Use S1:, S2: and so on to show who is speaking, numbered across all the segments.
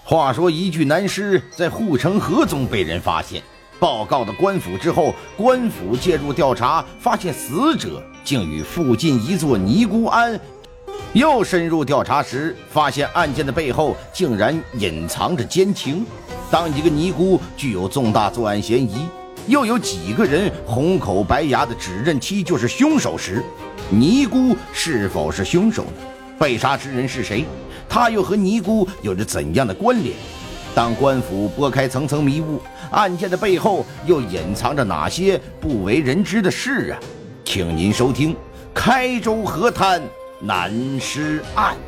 S1: 话说一具男尸在护城河中被人发现，报告到官府之后，官府介入调查，发现死者竟与附近一座尼姑庵。又深入调查时，发现案件的背后竟然隐藏着奸情。当一个尼姑具有重大作案嫌疑，又有几个人红口白牙的指认其就是凶手时，尼姑是否是凶手呢？被杀之人是谁？他又和尼姑有着怎样的关联？当官府拨开层层迷雾，案件的背后又隐藏着哪些不为人知的事啊？请您收听《开州河滩男尸案》。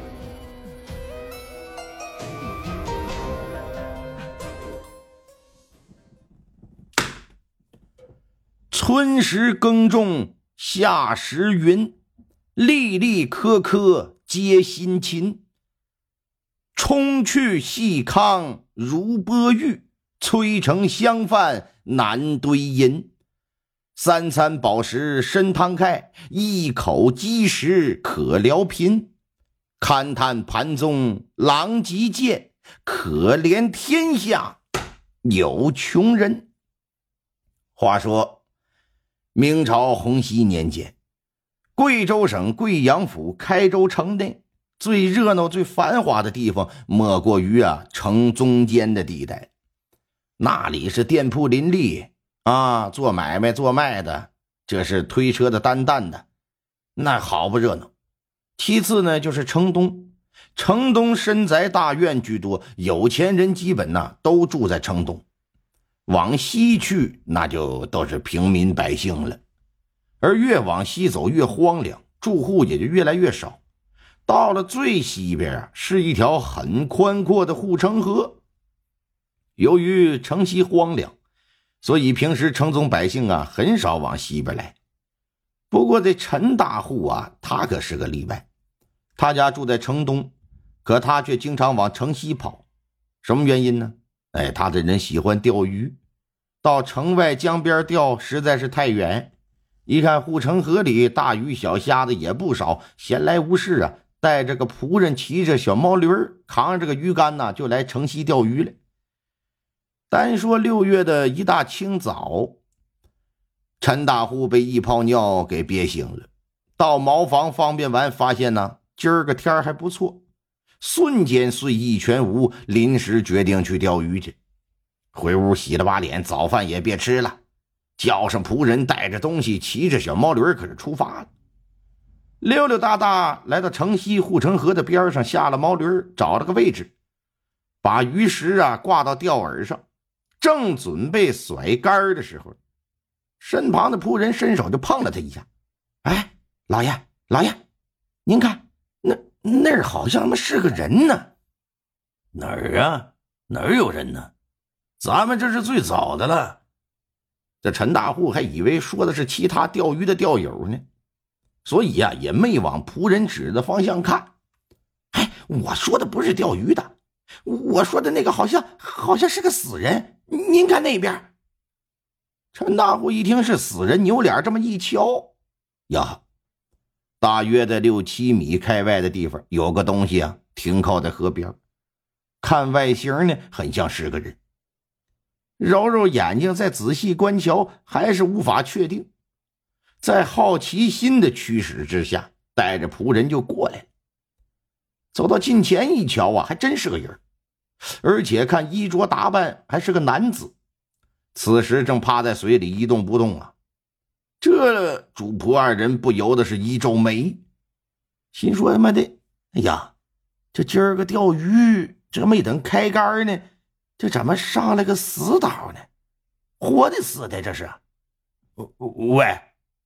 S1: 春时耕种夏时云，粒粒颗颗皆辛勤。冲去细糠如剥玉，催成香饭难堆银。三餐饱食参汤开，一口饥食可疗贫。勘探盘中狼藉见，可怜天下有穷人。话说明朝洪熙年间，贵州省贵阳府开州城内最热闹最繁华的地方莫过于城中间的地带。那里是店铺林立做买卖做卖的，这是推车的担担的，那好不热闹。其次呢，就是城东，城东深宅大院居多，有钱人基本都住在城东。往西去那就都是平民百姓了，而越往西走越荒凉，住户也就越来越少。到了最西边是一条很宽阔的护城河。由于城西荒凉，所以平时城中百姓很少往西边来。不过这陈大户他可是个例外。他家住在城东，可他却经常往城西跑。什么原因呢？他这人喜欢钓鱼，到城外江边钓实在是太远。一看护城河里大鱼小虾的也不少，闲来无事带着个仆人，骑着小毛驴，扛着个鱼竿就来城西钓鱼了。单说6月的一大清早，陈大户被一泡尿给憋醒了，到茅房方便完，发现今儿个天还不错，瞬间睡意全无，临时决定去钓鱼去。回屋洗了把脸，早饭也别吃了，叫上仆人，带着东西，骑着小毛驴可是出发了。溜溜达达来到城西护城河的边上，下了毛驴，找了个位置，把鱼食挂到钓饵上，正准备甩竿的时候，身旁的仆人伸手就碰了他一下。老爷您看那儿好像是个人呢。
S2: 哪儿啊？哪儿有人呢？咱们这是最早的了。
S1: 这陈大户还以为说的是其他钓鱼的钓友呢，所以也没往仆人指的方向看。我说的不是钓鱼的，我说的那个好像是个死人，您看那边。陈大户一听是死人，扭脸这么一瞧，大约在6、7米开外的地方有个东西停靠在河边，看外形呢很像是个人，揉揉眼睛再仔细观瞧，还是无法确定。在好奇心的驱使之下，带着仆人就过来了。走到近前一瞧还真是个人，而且看衣着打扮还是个男子，此时正趴在水里一动不动这主仆二人不由得是一皱眉，心说他妈的，这今儿个钓鱼，这没等开竿呢，这怎么上来个死岛呢？活的死的这是？
S2: 喂，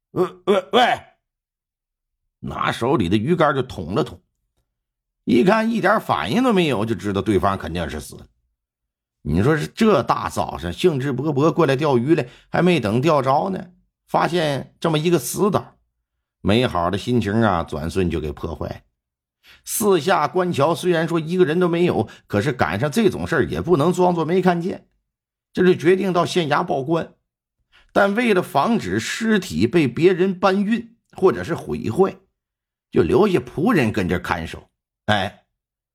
S1: 拿手里的鱼竿就捅了捅，一看一点反应都没有，就知道对方肯定是死了。你说是这大早上兴致勃勃过来钓鱼来，还没等钓着呢，发现这么一个死岛，美好的心情转瞬就给破坏。四下观瞧，虽然说一个人都没有，可是赶上这种事儿也不能装作没看见，这就决定到县衙报官。但为了防止尸体被别人搬运或者是毁坏，就留下仆人跟着看守。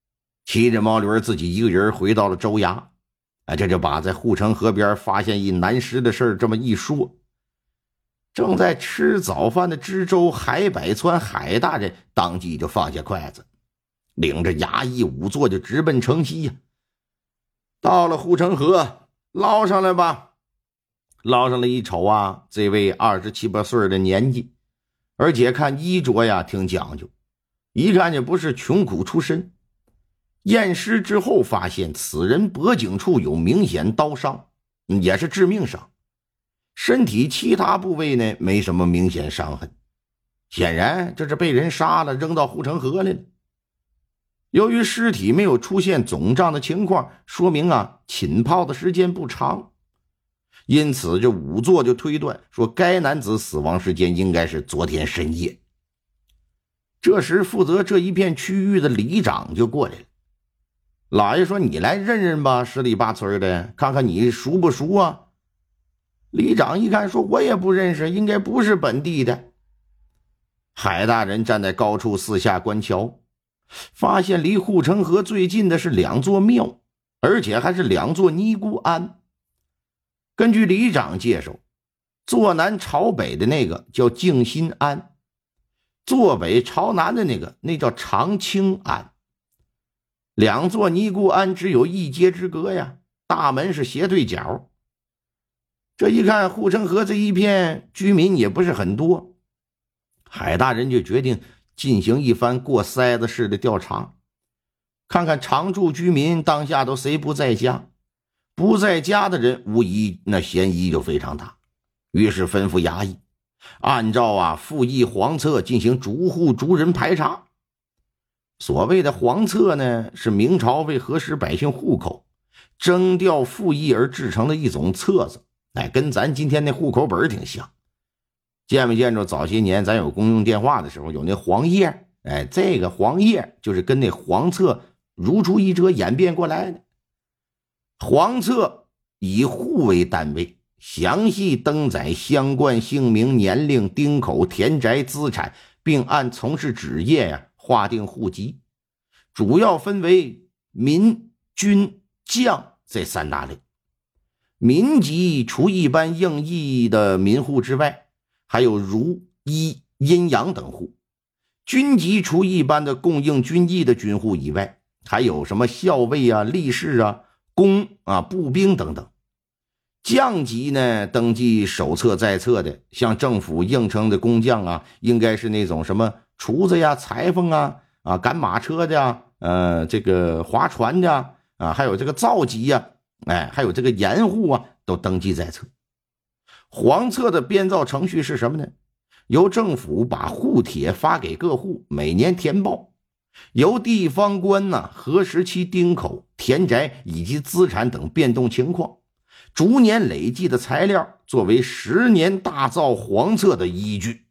S1: 骑着毛驴自己一个人回到了州衙。这就把在护城河边发现一男尸的事这么一说。正在吃早饭的知州海百川海大人当即就放下筷子，领着衙役仵作就直奔城西呀。到了护城河，捞上来吧。捞上来一瞅啊，这位27、8岁的年纪，而且看衣着呀挺讲究，一看就不是穷苦出身。验尸之后发现此人脖颈处有明显刀伤，也是致命伤。身体其他部位呢没什么明显伤痕，显然这是被人杀了扔到护城河里了。由于尸体没有出现肿胀的情况，说明浸泡的时间不长，因此这仵作就推断说该男子死亡时间应该是昨天深夜。这时负责这一片区域的里长就过来了。老爷说，你来认认吧，十里八村的，看看你熟不熟啊。里长一看说，我也不认识，应该不是本地的。海大人站在高处四下观瞧，发现离护城河最近的是2座庙，而且还是2座尼姑庵。根据里长介绍，坐南朝北的那个叫静心庵，坐北朝南的那叫长清庵。2座尼姑庵只有1街之隔呀，大门是斜对角。这一看护城河这一片居民也不是很多，海大人就决定进行一番过筛子式的调查，看看常住居民当下都谁不在家，不在家的人无疑那嫌疑就非常大。于是吩咐衙役按照附议黄册进行逐户逐人排查。所谓的黄册呢，是明朝为核实百姓户口征调附议而制成的一种册子，跟咱今天那户口本挺像。见没见着早些年咱有公用电话的时候有那黄页？这个黄页就是跟那黄册如出一辙演变过来的。黄册以户为单位，详细登载相关姓名、年龄、丁口、田宅、资产，并按从事职业划定户籍，主要分为民、军、将这3大类。民籍除一般应役的民户之外，还有儒、医、阴阳等户。军籍除一般的供应军役的军户以外，还有什么校尉力士工步兵等等。将级呢，登记手册在册的，像政府应征的工匠应该是那种什么厨子裁缝赶马车的这个划船的还有这个造级还有这个盐户都登记在册。黄册的编造程序是什么呢？由政府把户帖发给各户，每年填报，由地方官核实其丁口、田宅以及资产等变动情况，逐年累计的材料作为10年大造黄册的依据。